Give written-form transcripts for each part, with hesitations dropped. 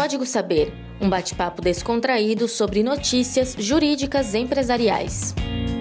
Código Saber, um bate-papo descontraído sobre notícias jurídicas empresariais.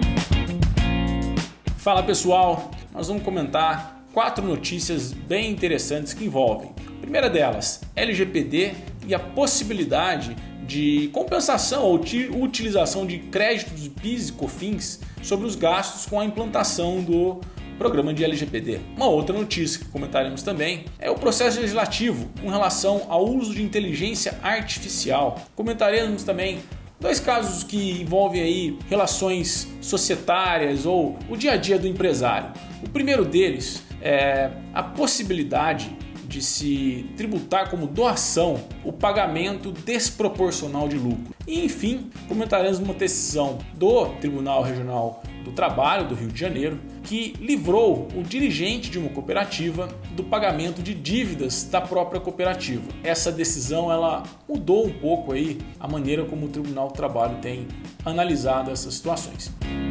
Fala pessoal, nós vamos comentar 4 notícias bem interessantes que envolvem. A primeira delas, LGPD e a possibilidade de compensação ou utilização de créditos de PIS e COFINS sobre os gastos com a implantação do programa de LGPD. Uma outra notícia que comentaremos também é o processo legislativo com relação ao uso de inteligência artificial. Comentaremos também 2 casos que envolvem aí relações societárias ou o dia a dia do empresário. O primeiro deles é a possibilidade de se tributar como doação o pagamento desproporcional de lucro. E, enfim, comentaremos uma decisão do Tribunal Regional do Trabalho do Rio de Janeiro que livrou o dirigente de uma cooperativa do pagamento de dívidas da própria cooperativa. Essa decisão ela mudou um pouco aí a maneira como o Tribunal do Trabalho tem analisado essas situações.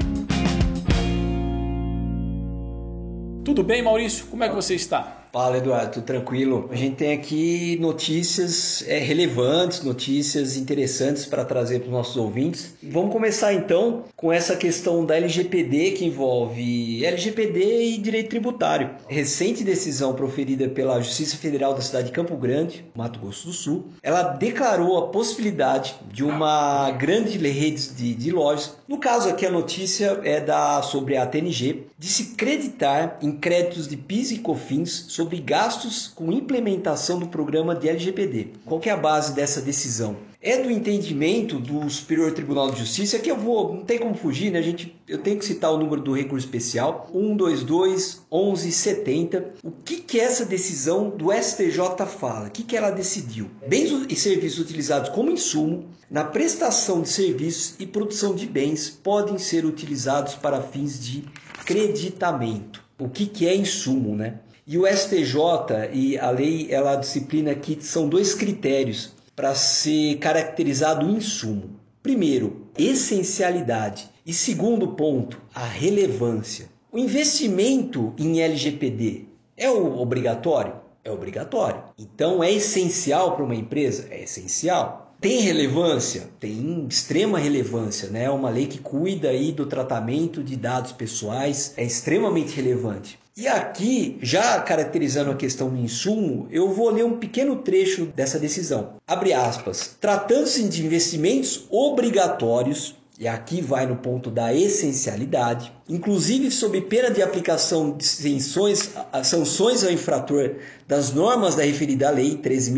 Tudo bem, Maurício? Como é que você está? Fala, Eduardo, tudo tranquilo? A gente tem aqui notícias relevantes, notícias interessantes para trazer para os nossos ouvintes. Vamos começar então com essa questão da LGPD, que envolve LGPD e direito tributário. Recente decisão proferida pela Justiça Federal da cidade de Campo Grande, Mato Grosso do Sul, ela declarou a possibilidade de uma grande rede de lojas. No caso aqui a notícia é sobre a TNG, de se creditar em créditos de PIS e COFINS sobre gastos com implementação do programa de LGPD. Qual que é a base dessa decisão? É do entendimento do Superior Tribunal de Justiça, que não tem como fugir, né? Eu tenho que citar o número do recurso especial, 122-1170. O que essa decisão do STJ fala? O que ela decidiu? Bens e serviços utilizados como insumo na prestação de serviços e produção de bens podem ser utilizados para fins de creditamento. O que é insumo, né? E o STJ e a lei, ela disciplina que são 2 critérios para ser caracterizado o insumo. Primeiro, essencialidade. E segundo ponto, a relevância. O investimento em LGPD é obrigatório? É obrigatório. Então é essencial para uma empresa? É essencial. Tem relevância? Tem extrema relevância, né? É uma lei que cuida aí do tratamento de dados pessoais, é extremamente relevante. E aqui, já caracterizando a questão do insumo, eu vou ler um pequeno trecho dessa decisão. Abre aspas. Tratando-se de investimentos obrigatórios, e aqui vai no ponto da essencialidade, inclusive sob pena de aplicação de sanções ao infrator das normas da referida lei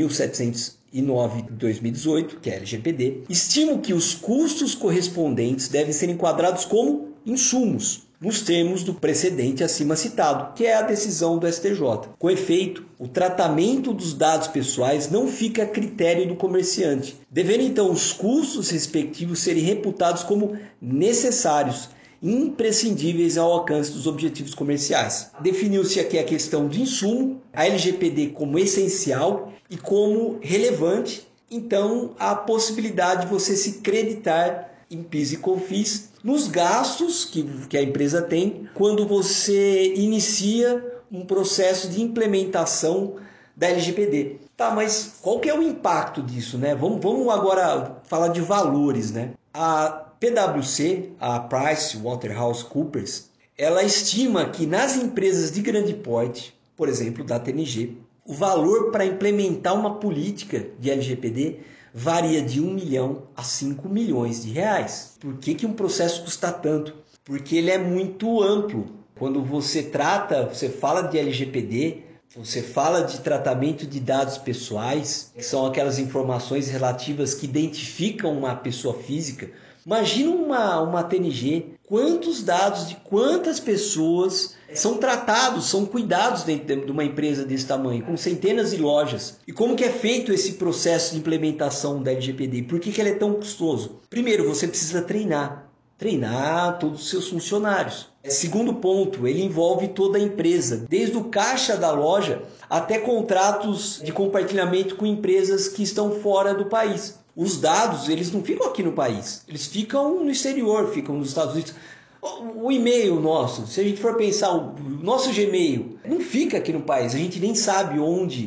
13.709 de 2018, que é a LGPD, estimo que os custos correspondentes devem ser enquadrados como insumos, nos termos do precedente acima citado, que é a decisão do STJ. Com efeito, o tratamento dos dados pessoais não fica a critério do comerciante, devendo então os custos respectivos serem reputados como necessários, imprescindíveis ao alcance dos objetivos comerciais. Definiu-se aqui a questão de insumo, a LGPD como essencial e como relevante, então a possibilidade de você se creditar em PIS e COFINS nos gastos que a empresa tem quando você inicia um processo de implementação da LGPD. Tá, mas qual que é o impacto disso, né? Vamos agora falar de valores, né? A PwC, a PricewaterhouseCoopers, ela estima que nas empresas de grande porte, por exemplo, da TNG, o valor para implementar uma política de LGPD varia de 1 milhão a 5 milhões de reais. Por que um processo custa tanto? Porque ele é muito amplo. Quando você fala de LGPD, você fala de tratamento de dados pessoais, que são aquelas informações relativas que identificam uma pessoa física. Imagina uma TNG, quantos dados de quantas pessoas são tratados, são cuidados dentro de uma empresa desse tamanho, com centenas de lojas. E como que é feito esse processo de implementação da LGPD? Por que ele é tão custoso? Primeiro, você precisa treinar todos os seus funcionários. Segundo ponto, ele envolve toda a empresa, desde o caixa da loja até contratos de compartilhamento com empresas que estão fora do país. Os dados, eles não ficam aqui no país, eles ficam no exterior, ficam nos Estados Unidos. O e-mail nosso, se a gente for pensar, o nosso Gmail, não fica aqui no país, a gente nem sabe onde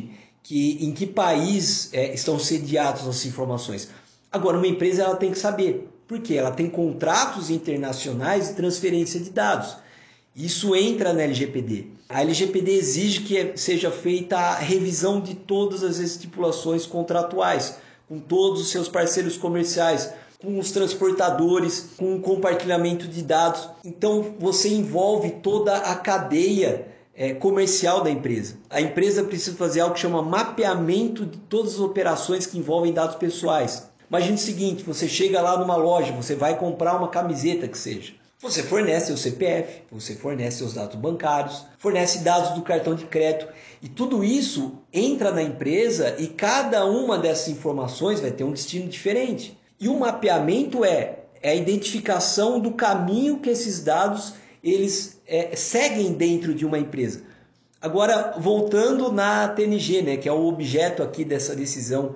em que país estão sediadas as informações. Agora, uma empresa ela tem que saber, porque ela tem contratos internacionais de transferência de dados. Isso entra na LGPD. A LGPD exige que seja feita a revisão de todas as estipulações contratuais, com todos os seus parceiros comerciais, com os transportadores, com o compartilhamento de dados. Então você envolve toda a cadeia comercial da empresa. A empresa precisa fazer algo que chama mapeamento de todas as operações que envolvem dados pessoais. Imagine o seguinte, você chega lá numa loja, você vai comprar uma camiseta que seja. Você fornece seu CPF, você fornece seus dados bancários, fornece dados do cartão de crédito e tudo isso entra na empresa e cada uma dessas informações vai ter um destino diferente. E o mapeamento é a identificação do caminho que esses dados eles seguem dentro de uma empresa. Agora, voltando na TNG, né, que é o objeto aqui dessa decisão,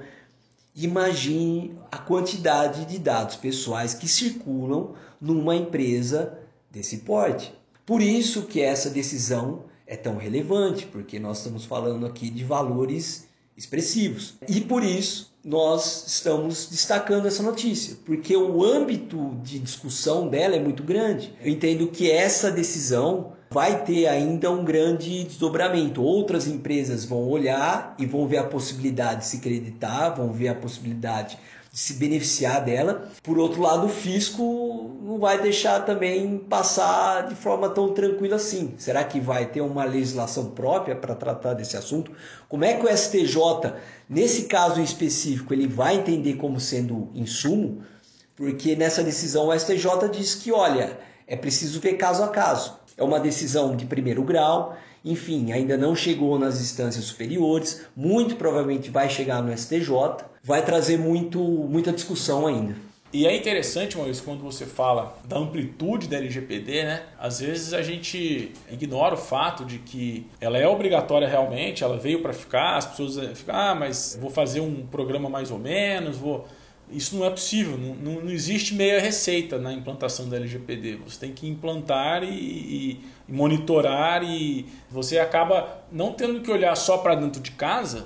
imagine a quantidade de dados pessoais que circulam numa empresa desse porte. Por isso que essa decisão é tão relevante, porque nós estamos falando aqui de valores expressivos. E por isso nós estamos destacando essa notícia, porque o âmbito de discussão dela é muito grande. Eu entendo que essa decisão vai ter ainda um grande desdobramento. Outras empresas vão olhar e vão ver a possibilidade de se creditar, vão ver a possibilidade de se beneficiar dela. Por outro lado, o fisco não vai deixar também passar de forma tão tranquila assim. Será que vai ter uma legislação própria para tratar desse assunto? Como é que o STJ, nesse caso em específico, ele vai entender como sendo insumo? Porque nessa decisão o STJ diz que, olha, é preciso ver caso a caso. É uma decisão de primeiro grau, enfim, ainda não chegou nas instâncias superiores, muito provavelmente vai chegar no STJ, vai trazer muita discussão ainda. E é interessante, Maurício, quando você fala da amplitude da LGPD, né? Às vezes a gente ignora o fato de que ela é obrigatória realmente, ela veio para ficar, as pessoas ficam, mas vou fazer um programa mais ou menos, Isso não é possível, não existe meia receita na implantação da LGPD. Você tem que implantar e monitorar, e você acaba não tendo que olhar só para dentro de casa,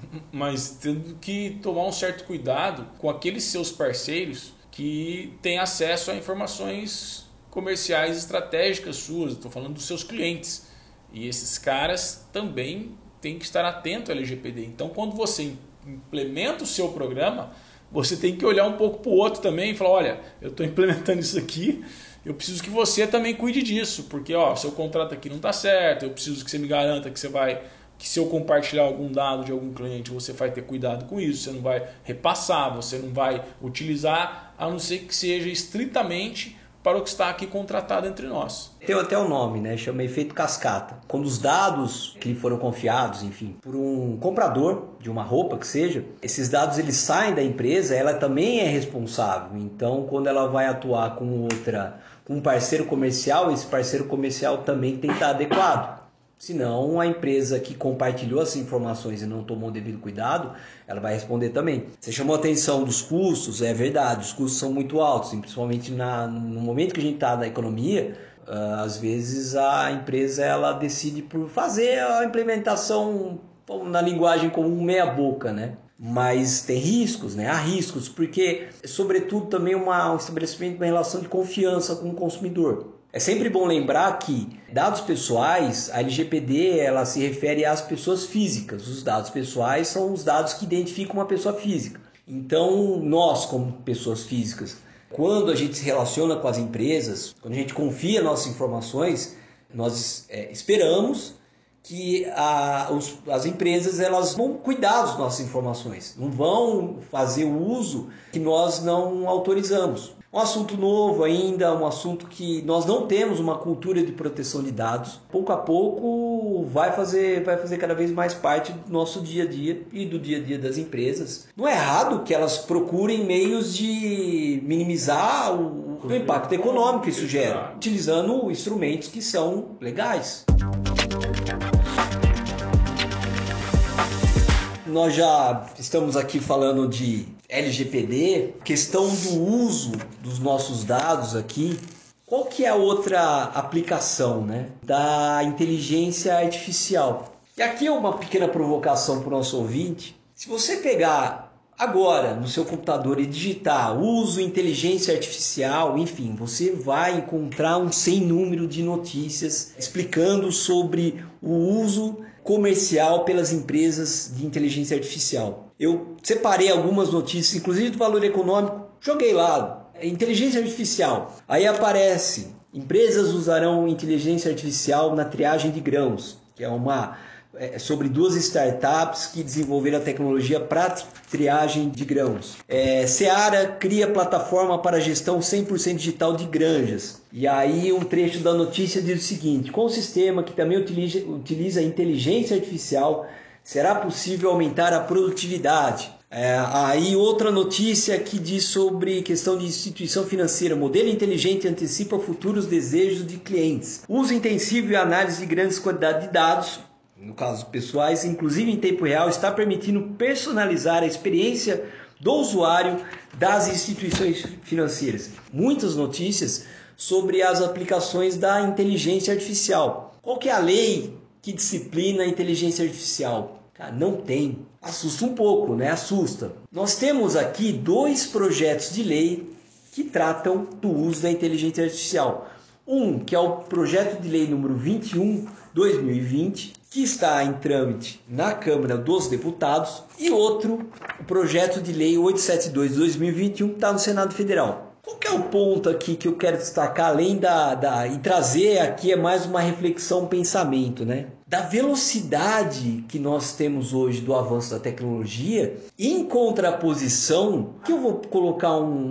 mas tendo que tomar um certo cuidado com aqueles seus parceiros que têm acesso a informações comerciais estratégicas suas. Estou falando dos seus clientes. E esses caras também têm que estar atentos à LGPD. Então, quando você implementa o seu programa, você tem que olhar um pouco para o outro também e falar, olha, eu estou implementando isso aqui, eu preciso que você também cuide disso, porque seu contrato aqui não está certo, eu preciso que você me garanta que se eu compartilhar algum dado de algum cliente, você vai ter cuidado com isso, você não vai repassar, você não vai utilizar, a não ser que seja estritamente para o que está aqui contratado entre nós. Tem até o nome, né? Chama efeito cascata. Quando os dados que lhe foram confiados, enfim, por um comprador de uma roupa que seja, esses dados eles saem da empresa, ela também é responsável. Então, quando ela vai atuar com um parceiro comercial, esse parceiro comercial também tem que estar adequado. Senão, a empresa que compartilhou essas informações e não tomou o devido cuidado, ela vai responder também. Você chamou a atenção dos custos, é verdade, os custos são muito altos, principalmente no momento que a gente está na economia, às vezes a empresa ela decide por fazer a implementação na linguagem comum meia boca, né? Mas tem riscos, né? Há riscos, porque sobretudo também um estabelecimento de uma relação de confiança com o consumidor. É sempre bom lembrar que dados pessoais, a LGPD ela se refere às pessoas físicas. Os dados pessoais são os dados que identificam uma pessoa física. Então, nós, como pessoas físicas, quando a gente se relaciona com as empresas, quando a gente confia nossas informações, nós esperamos que as empresas elas vão cuidar das nossas informações, não vão fazer o uso que nós não autorizamos. Um assunto novo ainda, um assunto que nós não temos uma cultura de proteção de dados. Pouco a pouco vai fazer cada vez mais parte do nosso dia a dia e do dia a dia das empresas. Não é errado que elas procurem meios de minimizar o impacto econômico que isso gera, utilizando instrumentos que são legais. Nós já estamos aqui falando de LGPD, questão do uso dos nossos dados aqui. Qual que é a outra aplicação, né, da inteligência artificial? E aqui é uma pequena provocação para o nosso ouvinte. Se você pegar agora no seu computador e digitar uso inteligência artificial, enfim, você vai encontrar um sem número de notícias explicando sobre o uso comercial pelas empresas de inteligência artificial. Eu separei algumas notícias, inclusive do Valor Econômico, joguei lá, inteligência artificial. Aí aparece, empresas usarão inteligência artificial na triagem de grãos, que é sobre 2 startups que desenvolveram a tecnologia para triagem de grãos. Seara cria plataforma para gestão 100% digital de granjas. E aí um trecho da notícia diz o seguinte: com o sistema que também utiliza inteligência artificial, será possível aumentar a produtividade. Aí outra notícia que diz sobre questão de instituição financeira. Modelo inteligente antecipa futuros desejos de clientes. Uso intensivo e análise de grandes quantidades de dados, no caso pessoais, inclusive em tempo real, está permitindo personalizar a experiência do usuário das instituições financeiras. Muitas notícias sobre as aplicações da inteligência artificial. Qual que é a lei que disciplina a inteligência artificial? Cara, não tem. Assusta um pouco, né? Assusta. Nós temos aqui 2 projetos de lei que tratam do uso da inteligência artificial. Um, que é o projeto de lei número 21/2020, que está em trâmite na Câmara dos Deputados, e outro, o projeto de lei 872/2021, que está no Senado Federal. Qual que é o ponto aqui que eu quero destacar, além e trazer aqui é mais uma reflexão, um pensamento, né? Da velocidade que nós temos hoje do avanço da tecnologia, em contraposição, que eu vou colocar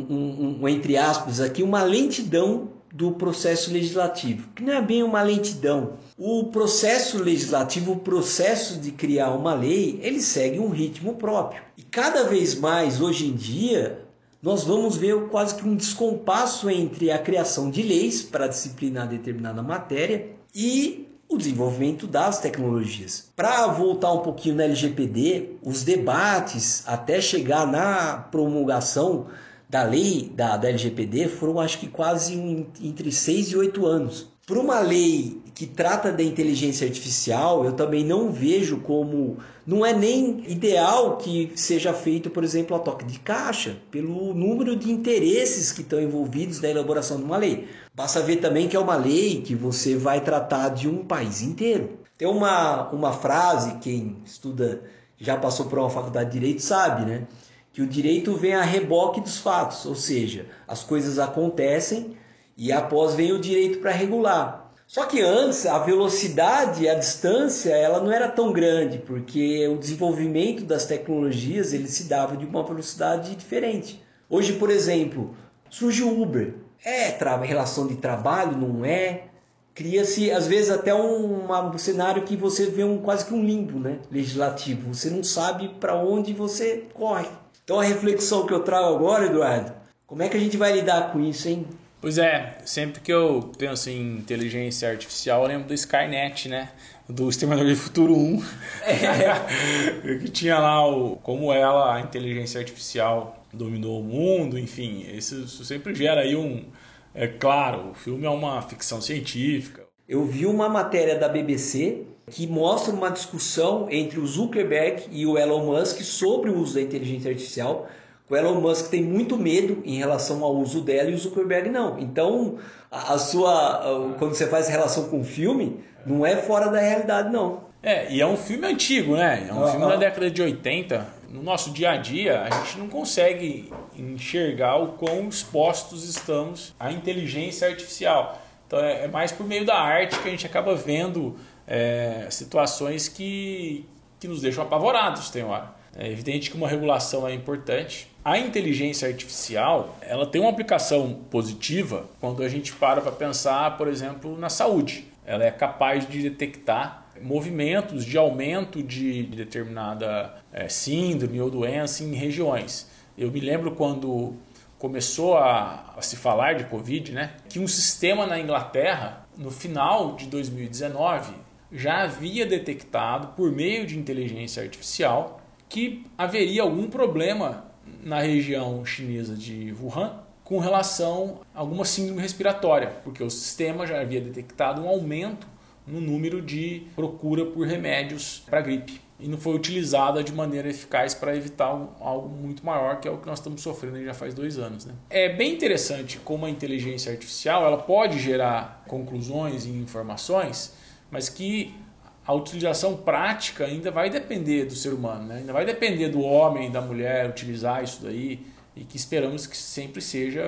entre aspas aqui, uma lentidão do processo legislativo, que não é bem uma lentidão. O processo legislativo, o processo de criar uma lei, ele segue um ritmo próprio. E cada vez mais, hoje em dia, nós vamos ver quase que um descompasso entre a criação de leis para disciplinar determinada matéria e o desenvolvimento das tecnologias. Para voltar um pouquinho na LGPD, os debates até chegar na promulgação da lei da LGPD foram, acho que quase entre 6 e 8 anos. Para uma lei que trata da inteligência artificial, eu também não vejo como... Não é nem ideal que seja feito, por exemplo, a toque de caixa, pelo número de interesses que estão envolvidos na elaboração de uma lei. Basta ver também que é uma lei que você vai tratar de um país inteiro. Tem uma frase, quem estuda, já passou por uma faculdade de Direito sabe, né? Que o direito vem a reboque dos fatos, ou seja, as coisas acontecem e após vem o direito para regular. Só que antes a velocidade, a distância, ela não era tão grande, porque o desenvolvimento das tecnologias ele se dava de uma velocidade diferente. Hoje, por exemplo, surge o Uber. Relação de trabalho, não é? Cria-se, às vezes, até um cenário que você vê quase que um limbo, né, legislativo. Você não sabe para onde você corre. Então a reflexão que eu trago agora, Eduardo, como é que a gente vai lidar com isso, hein? Pois é, sempre que eu penso em inteligência artificial, eu lembro do Skynet, né? Do Exterminador do Futuro 1. Que tinha lá como a inteligência artificial dominou o mundo, enfim. Isso sempre gera aí É claro, o filme é uma ficção científica. Eu vi uma matéria da BBC que mostra uma discussão entre o Zuckerberg e o Elon Musk sobre o uso da inteligência artificial. O Elon Musk tem muito medo em relação ao uso dela e o Zuckerberg não. Então, quando você faz relação com o filme, não é fora da realidade, não. E é um filme antigo, né? É um filme da década de 80. No nosso dia a dia, a gente não consegue enxergar o quão expostos estamos à inteligência artificial. Então, é mais por meio da arte que a gente acaba vendo situações que nos deixam apavorados, tem hora. É evidente que uma regulação é importante. A inteligência artificial, ela tem uma aplicação positiva quando a gente para pensar, por exemplo, na saúde. Ela é capaz de detectar movimentos de aumento de determinada síndrome ou doença em regiões. Eu me lembro quando começou a se falar de Covid, né, que um sistema na Inglaterra, no final de 2019, já havia detectado, por meio de inteligência artificial, que haveria algum problema na região chinesa de Wuhan com relação a alguma síndrome respiratória, porque o sistema já havia detectado um aumento no número de procura por remédios para gripe e não foi utilizada de maneira eficaz para evitar algo muito maior, que é o que nós estamos sofrendo já faz 2 anos. Né? É bem interessante como a inteligência artificial ela pode gerar conclusões e informações, mas que a utilização prática ainda vai depender do ser humano, né? Ainda vai depender do homem e da mulher utilizar isso daí, e que esperamos que sempre seja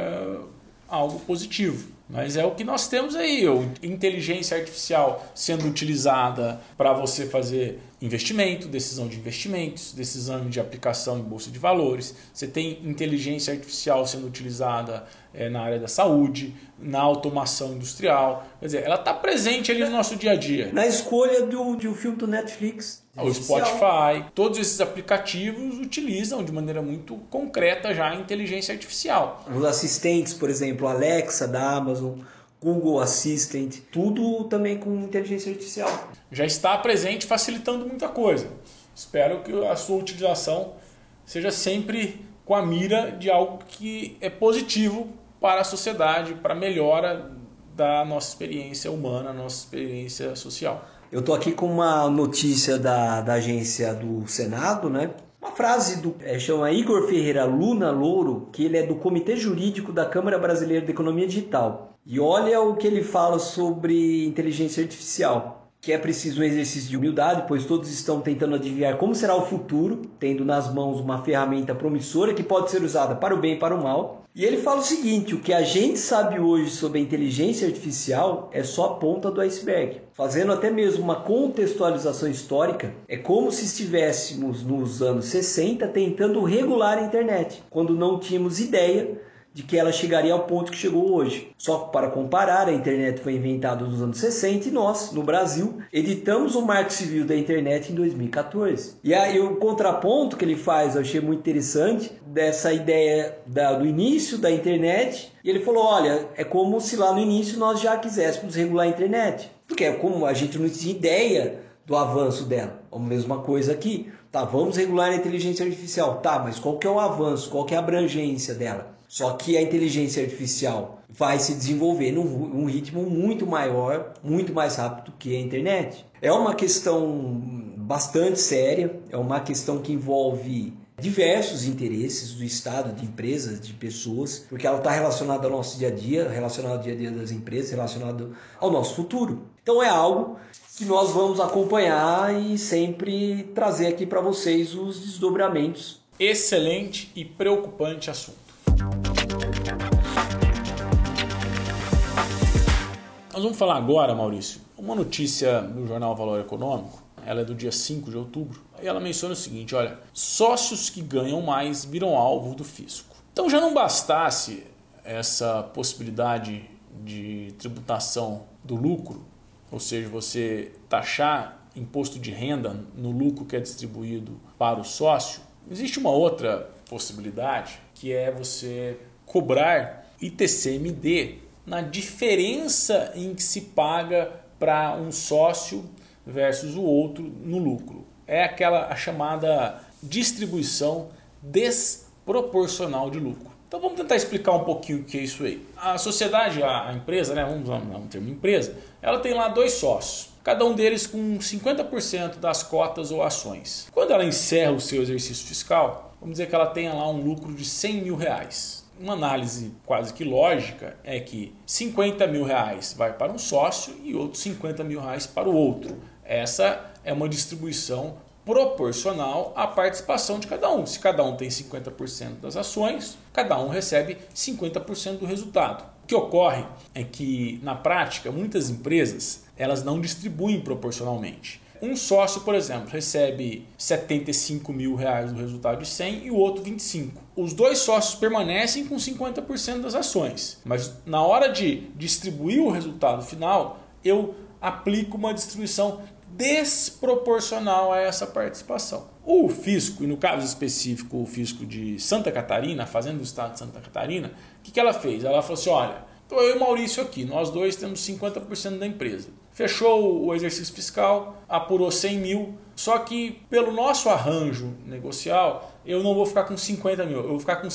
algo positivo. Mas é o que nós temos aí, inteligência artificial sendo utilizada para você fazer investimento, decisão de investimentos, decisão de aplicação em bolsa de valores. Você tem inteligência artificial sendo utilizada na área da saúde, na automação industrial. Quer dizer, ela está presente ali no nosso dia a dia. Na escolha de um filme do Netflix. O Spotify, todos esses aplicativos utilizam de maneira muito concreta já a inteligência artificial. Os assistentes, por exemplo, Alexa da Amazon, Google Assistant, tudo também com inteligência artificial. Já está presente, facilitando muita coisa. Espero que a sua utilização seja sempre com a mira de algo que é positivo para a sociedade, para a melhora da nossa experiência humana, nossa experiência social. Eu estou aqui com uma notícia da agência do Senado, né? Uma frase chama Igor Ferreira Luna Louro, que ele é do Comitê Jurídico da Câmara Brasileira de Economia Digital. E olha o que ele fala sobre inteligência artificial, que é preciso um exercício de humildade, pois todos estão tentando adivinhar como será o futuro, tendo nas mãos uma ferramenta promissora que pode ser usada para o bem e para o mal. E ele fala o seguinte: o que a gente sabe hoje sobre a inteligência artificial é só a ponta do iceberg. Fazendo até mesmo uma contextualização histórica, é como se estivéssemos nos anos 60 tentando regular a internet, quando não tínhamos ideia de que ela chegaria ao ponto que chegou hoje. Só para comparar, a internet foi inventada nos anos 60 e nós, no Brasil, editamos o Marco Civil da internet em 2014. E aí o contraponto que ele faz, eu achei muito interessante, dessa ideia do início da internet. E ele falou, olha, é como se lá no início nós já quiséssemos regular a internet. Porque é como a gente não tinha ideia do avanço dela. A mesma coisa aqui. Tá, vamos regular a inteligência artificial. Tá, mas qual que é o avanço? Qual que é a abrangência dela? Só que a inteligência artificial vai se desenvolver num ritmo muito maior, muito mais rápido que a internet. É uma questão bastante séria, é uma questão que envolve diversos interesses do Estado, de empresas, de pessoas, porque ela está relacionada ao nosso dia a dia, relacionada ao dia a dia das empresas, relacionada ao nosso futuro. Então é algo que nós vamos acompanhar e sempre trazer aqui para vocês os desdobramentos. Excelente e preocupante assunto. Nós vamos falar agora, Maurício, uma notícia do jornal Valor Econômico, ela é do dia 5 de outubro, e ela menciona o seguinte, olha, sócios que ganham mais viram alvo do fisco. Então já não bastasse essa possibilidade de tributação do lucro, ou seja, você taxar imposto de renda no lucro que é distribuído para o sócio, existe uma outra possibilidade, que é você cobrar ITCMD na diferença em que se paga para um sócio versus o outro no lucro. É a chamada distribuição desproporcional de lucro. Então vamos tentar explicar um pouquinho o que é isso aí. A sociedade, a empresa, né, vamos usar um termo empresa, ela tem lá 2 sócios, cada um deles com 50% das cotas ou ações. Quando ela encerra o seu exercício fiscal, vamos dizer que ela tenha lá um lucro de R$100 mil. Uma análise quase que lógica é que R$50 mil vai para um sócio e outros R$50 mil para o outro. Essa é uma distribuição proporcional à participação de cada um. Se cada um tem 50% das ações, cada um recebe 50% do resultado. O que ocorre é que, na prática, muitas empresas elas não distribuem proporcionalmente. Um sócio, por exemplo, recebe R$75 mil do resultado de 100 e o outro 25. Os 2 sócios permanecem com 50% das ações, mas na hora de distribuir o resultado final, eu aplico uma distribuição desproporcional a essa participação. O fisco, e no caso específico o fisco de Santa Catarina, a Fazenda do Estado de Santa Catarina, o que ela fez? Ela falou assim, olha, então eu e o Maurício aqui, nós dois temos 50% da empresa. Fechou o exercício fiscal, apurou 100 mil, só que pelo nosso arranjo negocial, eu não vou ficar com 50 mil, eu vou ficar com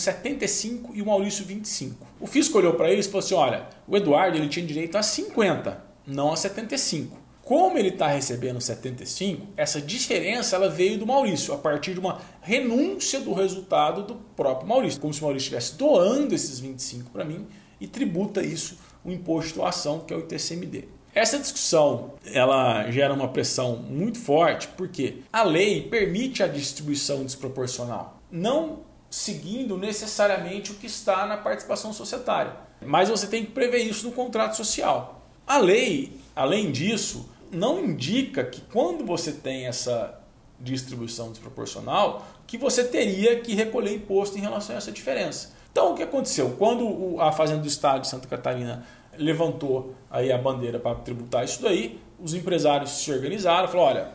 75 e o Maurício 25. O fisco olhou para eles e falou assim, olha, o Eduardo ele tinha direito a 50, não a 75. Como ele está recebendo 75, essa diferença ela veio do Maurício, a partir de uma renúncia do resultado do próprio Maurício. Como se o Maurício estivesse doando esses 25 para mim e tributa isso o imposto de doação, que é o ITCMD. Essa discussão ela gera uma pressão muito forte porque a lei permite a distribuição desproporcional, não seguindo necessariamente o que está na participação societária. Mas você tem que prever isso no contrato social. A lei, além disso, não indica que quando você tem essa distribuição desproporcional, que você teria que recolher imposto em relação a essa diferença. Então, o que aconteceu? Quando a Fazenda do Estado de Santa Catarina levantou aí a bandeira para tributar isso daí, os empresários se organizaram, falaram, olha,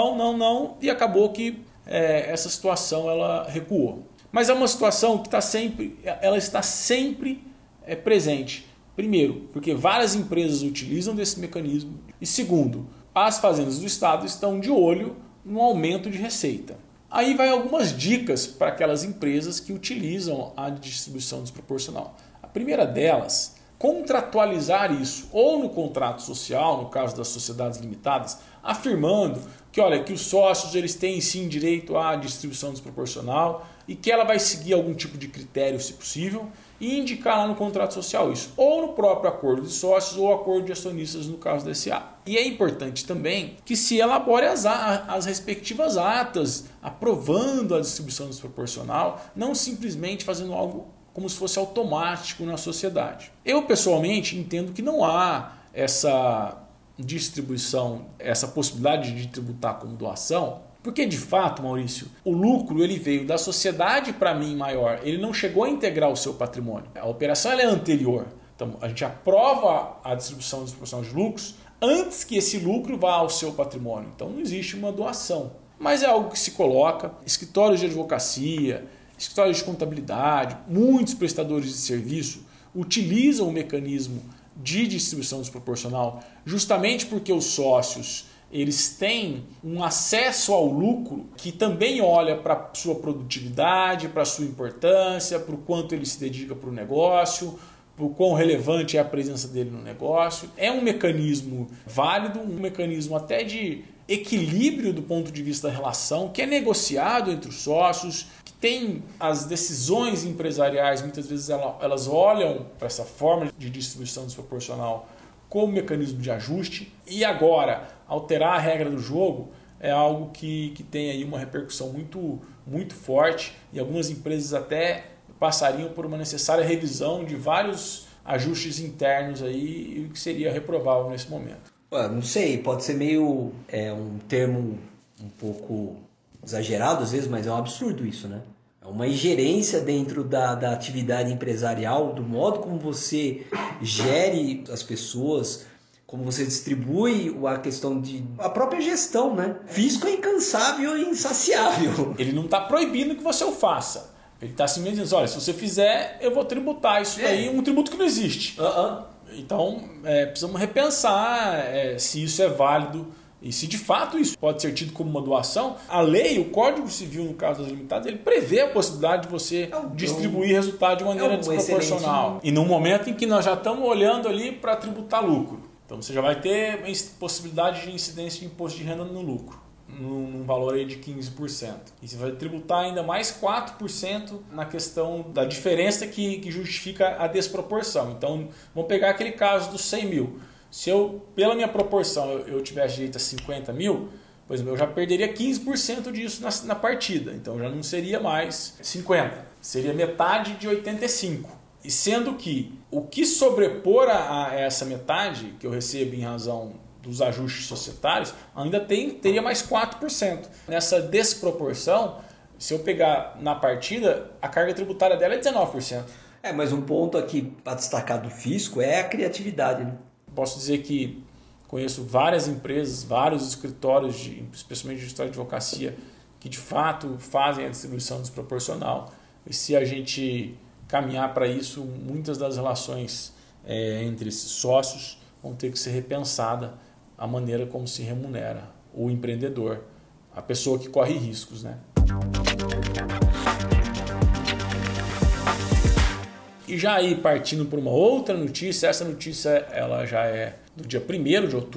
não, e acabou que essa situação ela recuou. Mas é uma situação que está sempre presente. Primeiro, porque várias empresas utilizam desse mecanismo. E segundo, as fazendas do Estado estão de olho no aumento de receita. Aí vai algumas dicas para aquelas empresas que utilizam a distribuição desproporcional. A primeira delas, contratualizar isso ou no contrato social, no caso das sociedades limitadas, afirmando que, olha, que os sócios eles têm sim direito à distribuição desproporcional e que ela vai seguir algum tipo de critério, se possível, e indicar lá no contrato social isso, ou no próprio acordo de sócios ou acordo de acionistas no caso da SA. E é importante também que se elabore as respectivas atas aprovando a distribuição desproporcional, não simplesmente fazendo algo como se fosse automático na sociedade. Eu pessoalmente entendo que não há essa distribuição, essa possibilidade de tributar como doação, porque de fato, Maurício, o lucro ele veio da sociedade para mim maior, ele não chegou a integrar o seu patrimônio. A operação ela é anterior. Então a gente aprova a distribuição desproporcional de lucros antes que esse lucro vá ao seu patrimônio. Então não existe uma doação. Mas é algo que se coloca, escritórios de advocacia, escritórios de contabilidade, muitos prestadores de serviço utilizam o mecanismo de distribuição desproporcional justamente porque os sócios eles têm um acesso ao lucro que também olha para a sua produtividade, para a sua importância, para o quanto ele se dedica para o negócio, para o quão relevante é a presença dele no negócio. É um mecanismo válido, um mecanismo até de equilíbrio do ponto de vista da relação, que é negociado entre os sócios, que tem as decisões empresariais, muitas vezes elas olham para essa forma de distribuição desproporcional como mecanismo de ajuste. E agora, alterar a regra do jogo é algo que tem aí uma repercussão muito, muito forte e algumas empresas até passariam por uma necessária revisão de vários ajustes internos aí, que seria reprovável nesse momento. Não sei, pode ser meio um termo um pouco exagerado às vezes, mas é um absurdo isso, né? É uma ingerência dentro da atividade empresarial, do modo como você gere as pessoas, como você distribui a questão de a própria gestão, né? Fisco é incansável e insaciável. Ele não está proibindo que você o faça. Ele está simplesmente dizendo, olha, se você fizer, eu vou tributar isso daí, um tributo que não existe. Então, precisamos repensar se isso é válido e se de fato isso pode ser tido como uma doação. A lei, o Código Civil, no caso das limitadas, ele prevê a possibilidade de você distribuir resultado de maneira desproporcional. E num momento em que nós já estamos olhando ali para tributar lucro. Então você já vai ter possibilidade de incidência de imposto de renda no lucro, num valor aí de 15%. E você vai tributar ainda mais 4% na questão da diferença que justifica a desproporção. Então vamos pegar aquele caso dos 100 mil. Se eu, pela minha proporção, eu tivesse direito a 50 mil, por exemplo, eu já perderia 15% disso na partida. Então já não seria mais 50, seria metade de 85. E sendo que o que sobrepor a essa metade que eu recebo em razão dos ajustes societários, ainda teria mais 4%. Nessa desproporção, se eu pegar na partida, a carga tributária dela é 19%. Mas um ponto aqui para destacar do fisco é a criatividade, né? Posso dizer que conheço várias empresas, vários escritórios, especialmente de escritório de advocacia, que de fato fazem a distribuição desproporcional. E se a gente caminhar para isso, muitas das relações entre esses sócios vão ter que ser repensada a maneira como se remunera o empreendedor, a pessoa que corre riscos, né? E já aí partindo para uma outra notícia, essa notícia ela já é do dia 1º de outubro,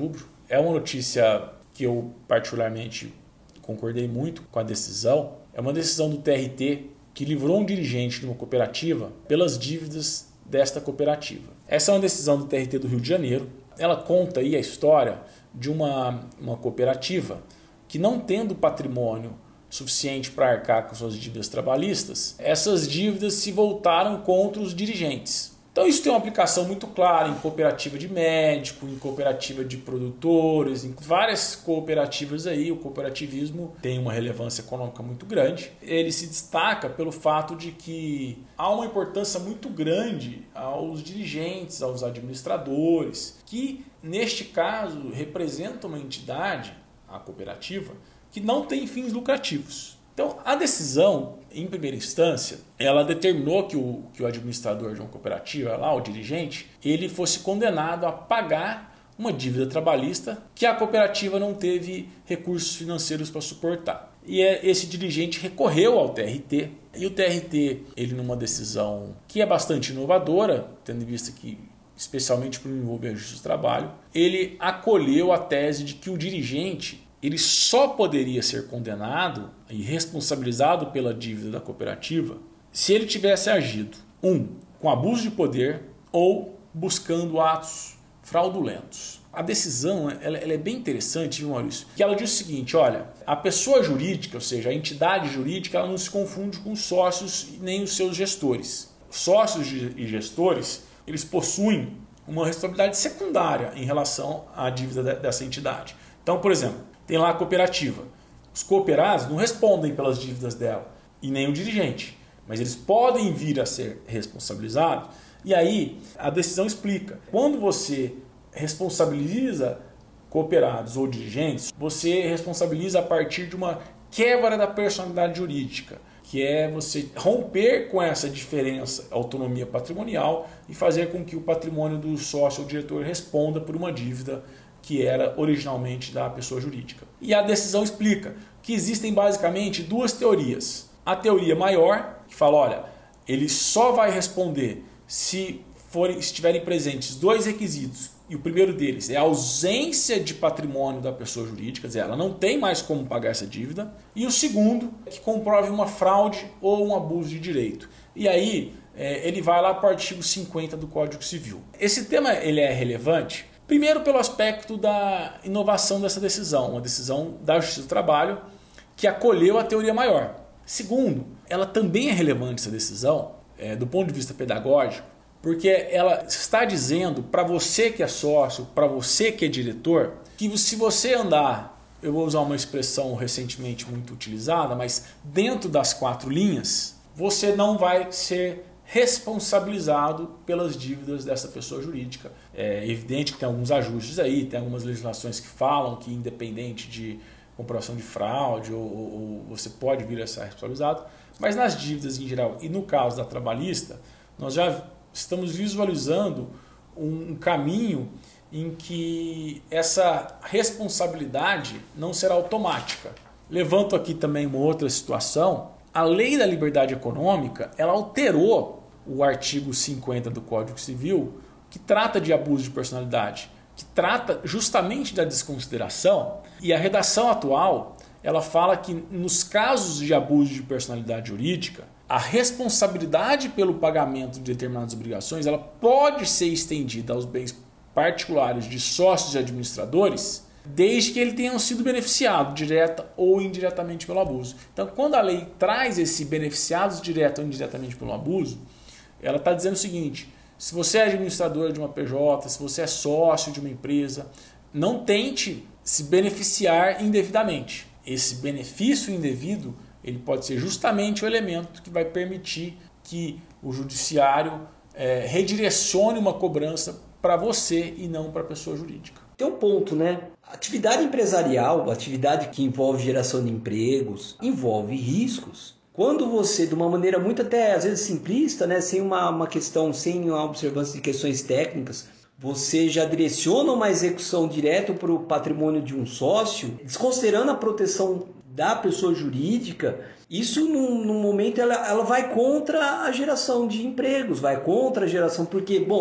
é uma notícia que eu particularmente concordei muito com a decisão. É uma decisão do TRT que livrou um dirigente de uma cooperativa pelas dívidas desta cooperativa. Essa é uma decisão do TRT do Rio de Janeiro. Ela conta aí a história de uma cooperativa que, não tendo patrimônio suficiente para arcar com suas dívidas trabalhistas, essas dívidas se voltaram contra os dirigentes. Então isso tem uma aplicação muito clara em cooperativa de médico, em cooperativa de produtores, em várias cooperativas aí. O cooperativismo tem uma relevância econômica muito grande. Ele se destaca pelo fato de que há uma importância muito grande aos dirigentes, aos administradores, que neste caso representam uma entidade, a cooperativa, que não tem fins lucrativos. Então, a decisão, em primeira instância, ela determinou que o administrador de uma cooperativa, lá, o dirigente, ele fosse condenado a pagar uma dívida trabalhista que a cooperativa não teve recursos financeiros para suportar. E esse dirigente recorreu ao TRT, e o TRT, ele numa decisão que é bastante inovadora, tendo em vista que, especialmente por envolver a Justiça do Trabalho, ele acolheu a tese de que o dirigente ele só poderia ser condenado e responsabilizado pela dívida da cooperativa se ele tivesse agido, com abuso de poder ou buscando atos fraudulentos. A decisão ela é bem interessante, viu, Maurício? Que ela diz o seguinte, olha, a pessoa jurídica, ou seja, a entidade jurídica, ela não se confunde com os sócios nem os seus gestores. Sócios e gestores, eles possuem uma responsabilidade secundária em relação à dívida dessa entidade. Então, por exemplo, tem lá a cooperativa. Os cooperados não respondem pelas dívidas dela e nem o dirigente, mas eles podem vir a ser responsabilizados. E aí a decisão explica. Quando você responsabiliza cooperados ou dirigentes, você responsabiliza a partir de uma quebra da personalidade jurídica, que é você romper com essa diferença, autonomia patrimonial, e fazer com que o patrimônio do sócio ou diretor responda por uma dívida que era originalmente da pessoa jurídica. E a decisão explica que existem basicamente duas teorias. A teoria maior, que fala, olha, ele só vai responder se estiverem presentes dois requisitos, e o primeiro deles é a ausência de patrimônio da pessoa jurídica, quer dizer, ela não tem mais como pagar essa dívida, e o segundo é que comprove uma fraude ou um abuso de direito. E aí ele vai lá para o artigo 50 do Código Civil. Esse tema ele é relevante, primeiro pelo aspecto da inovação dessa decisão, uma decisão da Justiça do Trabalho que acolheu a teoria maior. Segundo, ela também é relevante essa decisão do ponto de vista pedagógico, porque ela está dizendo para você que é sócio, para você que é diretor, que se você andar, eu vou usar uma expressão recentemente muito utilizada, mas dentro das 4 linhas, você não vai ser responsabilizado pelas dívidas dessa pessoa jurídica. É evidente que tem alguns ajustes aí, tem algumas legislações que falam que independente de comprovação de fraude ou você pode vir a ser responsabilizado, mas nas dívidas em geral e no caso da trabalhista, nós já estamos visualizando um caminho em que essa responsabilidade não será automática. Levanto aqui também uma outra situação. A Lei da Liberdade Econômica, ela alterou o artigo 50 do Código Civil, que trata de abuso de personalidade, que trata justamente da desconsideração, e a redação atual, ela fala que nos casos de abuso de personalidade jurídica, a responsabilidade pelo pagamento de determinadas obrigações, ela pode ser estendida aos bens particulares de sócios e administradores, desde que ele tenha sido beneficiado direta ou indiretamente pelo abuso. Então, quando a lei traz esse beneficiados direta ou indiretamente pelo abuso, ela está dizendo o seguinte: se você é administrador de uma PJ, se você é sócio de uma empresa, não tente se beneficiar indevidamente. Esse benefício indevido ele pode ser justamente o elemento que vai permitir que o judiciário redirecione uma cobrança para você e não para a pessoa jurídica. Tem um ponto, né? Atividade empresarial, atividade que envolve geração de empregos, envolve riscos. Quando você, de uma maneira muito até às vezes simplista, né, sem uma questão, sem uma observância de questões técnicas, você já direciona uma execução direta para o patrimônio de um sócio, desconsiderando a proteção da pessoa jurídica, isso num momento ela vai contra a geração de empregos, vai contra a geração, porque, bom,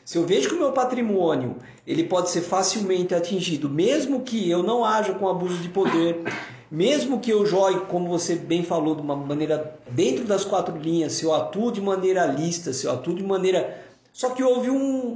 Se eu vejo que o meu patrimônio ele pode ser facilmente atingido, mesmo que eu não haja com abuso de poder, mesmo que eu jogue, como você bem falou, de uma maneira dentro das 4 linhas, se eu atuo de maneira lista, se eu atuo de maneira... Só que houve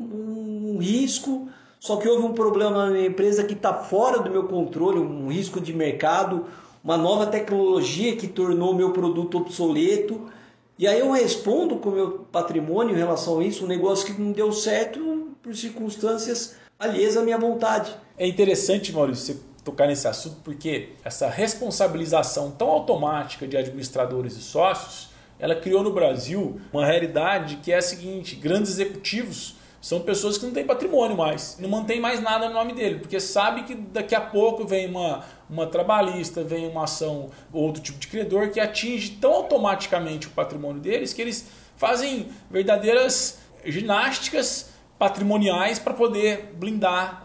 um risco, só que houve um problema na minha empresa que está fora do meu controle, um risco de mercado, uma nova tecnologia que tornou o meu produto obsoleto. E aí eu respondo com o meu patrimônio em relação a isso, um negócio que não deu certo por circunstâncias alheias à minha vontade. É interessante, Maurício, você tocar nesse assunto, porque essa responsabilização tão automática de administradores e sócios, ela criou no Brasil uma realidade que é a seguinte: grandes executivos são pessoas que não têm patrimônio mais, não mantém mais nada no nome dele, porque sabe que daqui a pouco vem uma trabalhista, vem uma ação, outro tipo de credor que atinge tão automaticamente o patrimônio deles que eles fazem verdadeiras ginásticas patrimoniais para poder blindar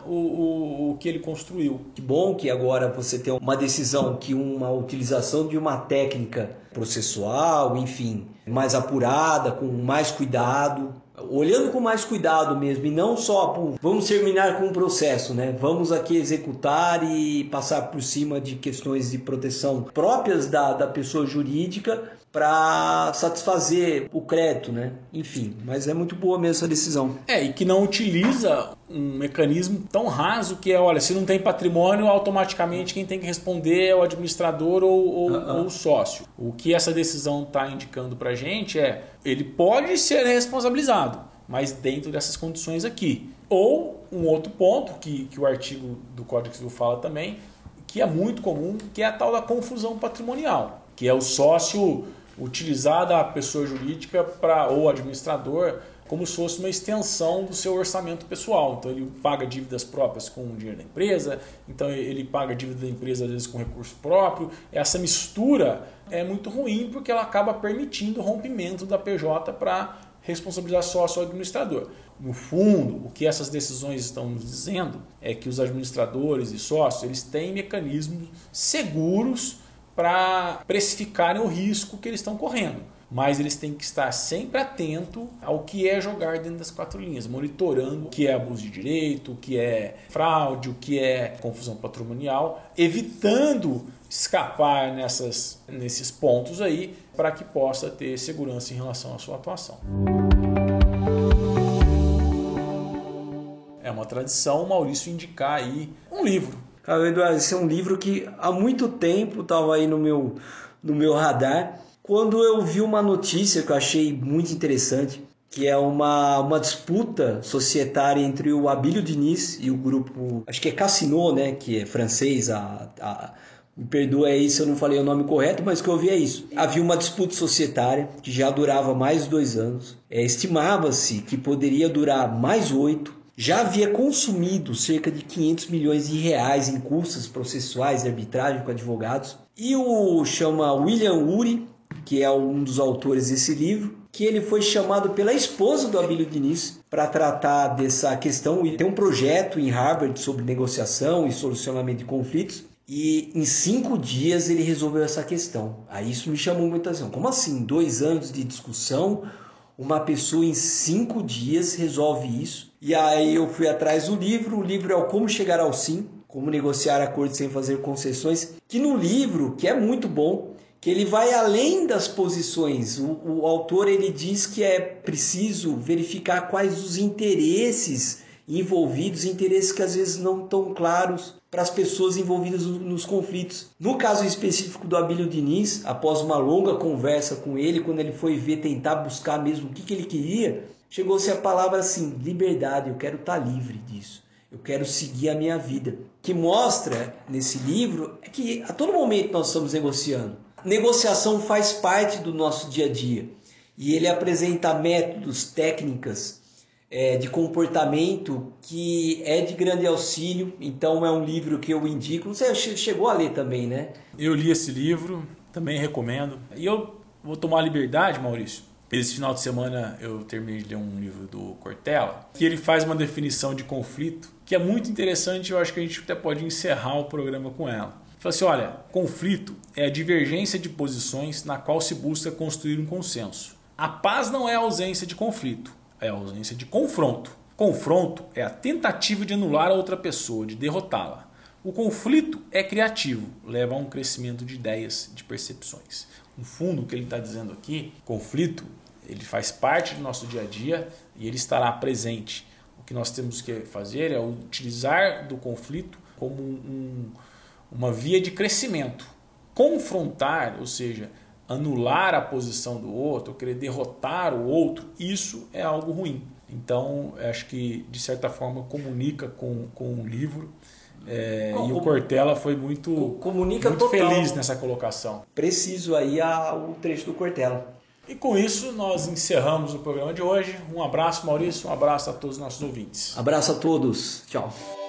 o que ele construiu. Que bom que agora você tem uma decisão que uma utilização de uma técnica processual, enfim, mais apurada, com mais cuidado, olhando com mais cuidado mesmo, e não só vamos terminar com um processo, né? Vamos aqui executar e passar por cima de questões de proteção próprias da pessoa jurídica para satisfazer o crédito, né? Enfim, mas é muito boa mesmo essa decisão. E que não utiliza um mecanismo tão raso que é, olha, se não tem patrimônio, automaticamente quem tem que responder é o administrador ou o sócio. O que essa decisão está indicando para a gente é, ele pode ser responsabilizado, mas dentro dessas condições aqui. Ou um outro ponto que o artigo do Código Civil fala também, que é muito comum, que é a tal da confusão patrimonial, que é o sócio utilizar da pessoa jurídica ou administrador como se fosse uma extensão do seu orçamento pessoal. Então ele paga dívidas próprias com o dinheiro da empresa, então ele paga a dívida da empresa às vezes com recurso próprio. Essa mistura é muito ruim porque ela acaba permitindo o rompimento da PJ para responsabilizar sócio ou administrador. No fundo, o que essas decisões estão nos dizendo é que os administradores e sócios eles têm mecanismos seguros para precificarem o risco que eles estão correndo. Mas eles têm que estar sempre atentos ao que é jogar dentro das 4 linhas, monitorando o que é abuso de direito, o que é fraude, o que é confusão patrimonial, evitando escapar nesses pontos aí para que possa ter segurança em relação à sua atuação. É uma tradição o Maurício indicar aí um livro. Cara, Eduardo, esse é um livro que há muito tempo estava aí no meu radar. Quando eu vi uma notícia que eu achei muito interessante, que é uma disputa societária entre o Abílio Diniz e o grupo, acho que é Casino, né, que é francês, me perdoa aí se eu não falei o nome correto, mas o que eu vi é isso. Havia uma disputa societária que já durava mais de 2 anos. Estimava-se que poderia durar mais 8. Já havia consumido cerca de 500 milhões de reais em custas processuais e arbitragem com advogados. E chama William Ury, que é um dos autores desse livro, que ele foi chamado pela esposa do Abílio Diniz para tratar dessa questão. E tem um projeto em Harvard sobre negociação e solucionamento de conflitos. E em 5 dias ele resolveu essa questão. Aí isso me chamou muita atenção. Como assim? 2 anos de discussão, uma pessoa em 5 dias resolve isso? E aí eu fui atrás do livro. O livro é o Como Chegar ao Sim, Como Negociar Acordos Sem Fazer Concessões. Que no livro, que é muito bom, que ele vai além das posições. O autor ele diz que é preciso verificar quais os interesses envolvidos, interesses que às vezes não estão claros para as pessoas envolvidas nos conflitos. No caso específico do Abílio Diniz, após uma longa conversa com ele, quando ele foi tentar buscar mesmo o que ele queria, chegou-se a palavra assim, liberdade, eu quero estar livre disso, eu quero seguir a minha vida. O que mostra nesse livro é que a todo momento nós estamos negociando. Negociação faz parte do nosso dia a dia e ele apresenta métodos, técnicas de comportamento que é de grande auxílio. Então é um livro que eu indico. Você chegou a ler também, né? Eu li esse livro, também recomendo. E eu vou tomar a liberdade, Maurício. Esse final de semana eu terminei de ler um livro do Cortella, que ele faz uma definição de conflito que é muito interessante. Eu acho que a gente até pode encerrar o programa com ela. Fala assim, olha, conflito é a divergência de posições na qual se busca construir um consenso. A paz não é a ausência de conflito, é a ausência de confronto. Confronto é a tentativa de anular a outra pessoa, de derrotá-la. O conflito é criativo, leva a um crescimento de ideias, de percepções. No fundo, o que ele está dizendo aqui, conflito, ele faz parte do nosso dia a dia e ele estará presente. O que nós temos que fazer é utilizar do conflito como uma via de crescimento. Confrontar, ou seja, anular a posição do outro, querer derrotar o outro, isso é algo ruim. Então, acho que, de certa forma, comunica com o livro. E o Cortella foi muito feliz nessa colocação. Preciso aí o trecho do Cortella. E com isso nós encerramos o programa de hoje. Um abraço, Maurício, um abraço a todos os nossos ouvintes. Abraço a todos. Tchau.